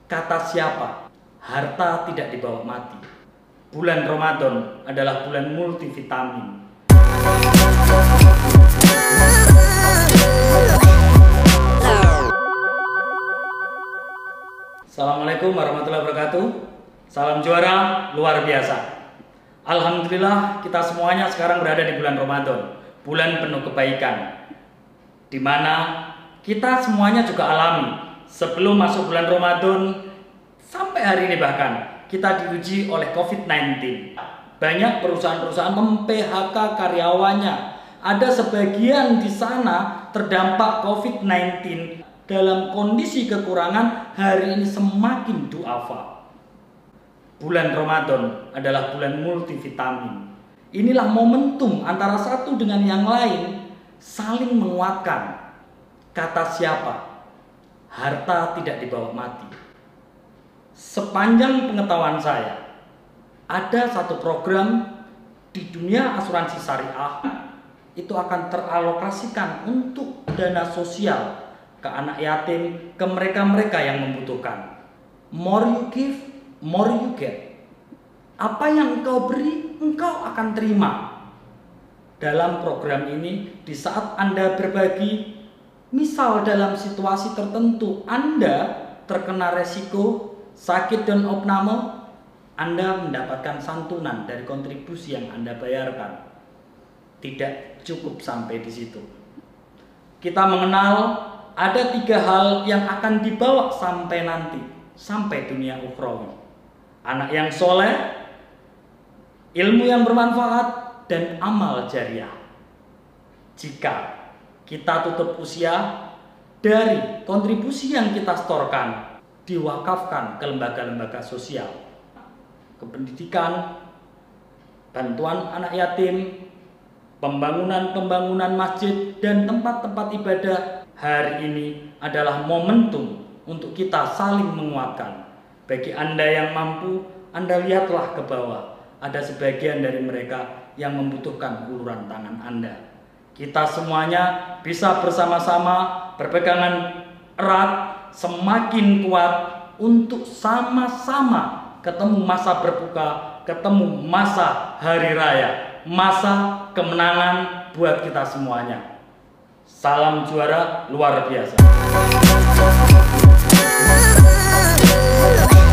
Kata siapa? Harta tidak dibawa mati. Bulan Ramadan adalah bulan multivitamin. Assalamualaikum warahmatullahi wabarakatuh. Salam juara luar biasa. Alhamdulillah kita semuanya sekarang berada di bulan Ramadan, bulan penuh kebaikan, di mana kita semuanya juga alami sebelum masuk bulan Ramadan sampai hari ini bahkan kita diuji oleh COVID-19. Banyak perusahaan-perusahaan mem-PHK karyawannya. Ada sebagian di sana terdampak COVID-19 dalam kondisi kekurangan, hari ini semakin duafa. Bulan Ramadan adalah bulan multivitamin. Inilah momentum antara satu dengan yang lain saling menguatkan. Kata siapa? Harta tidak dibawa mati. Sepanjang pengetahuan saya, ada satu program di dunia asuransi syariah itu akan teralokasikan untuk dana sosial ke anak yatim, ke mereka-mereka yang membutuhkan. More you give, more you get. Apa yang engkau beri, engkau akan terima. Dalam program ini, di saat Anda berbagi, misal dalam situasi tertentu Anda terkena resiko sakit dan opname, Anda mendapatkan santunan dari kontribusi yang Anda bayarkan. Tidak cukup sampai di situ. Kita mengenal ada 3 hal yang akan dibawa sampai nanti, sampai dunia ukhrawi. Anak yang soleh, ilmu yang bermanfaat, dan amal jariah. Jika kita tutup usia, dari kontribusi yang kita setorkan diwakafkan ke lembaga-lembaga sosial, ke pendidikan, bantuan anak yatim, pembangunan masjid, dan tempat-tempat ibadah. Hari ini adalah momentum untuk kita saling menguatkan. Bagi Anda yang mampu, Anda lihatlah ke bawah. Ada sebagian dari mereka yang membutuhkan uluran tangan Anda. Kita semuanya bisa bersama-sama berpegangan erat, semakin kuat untuk sama-sama ketemu masa berbuka, ketemu masa hari raya, masa kemenangan buat kita semuanya. Salam juara luar biasa.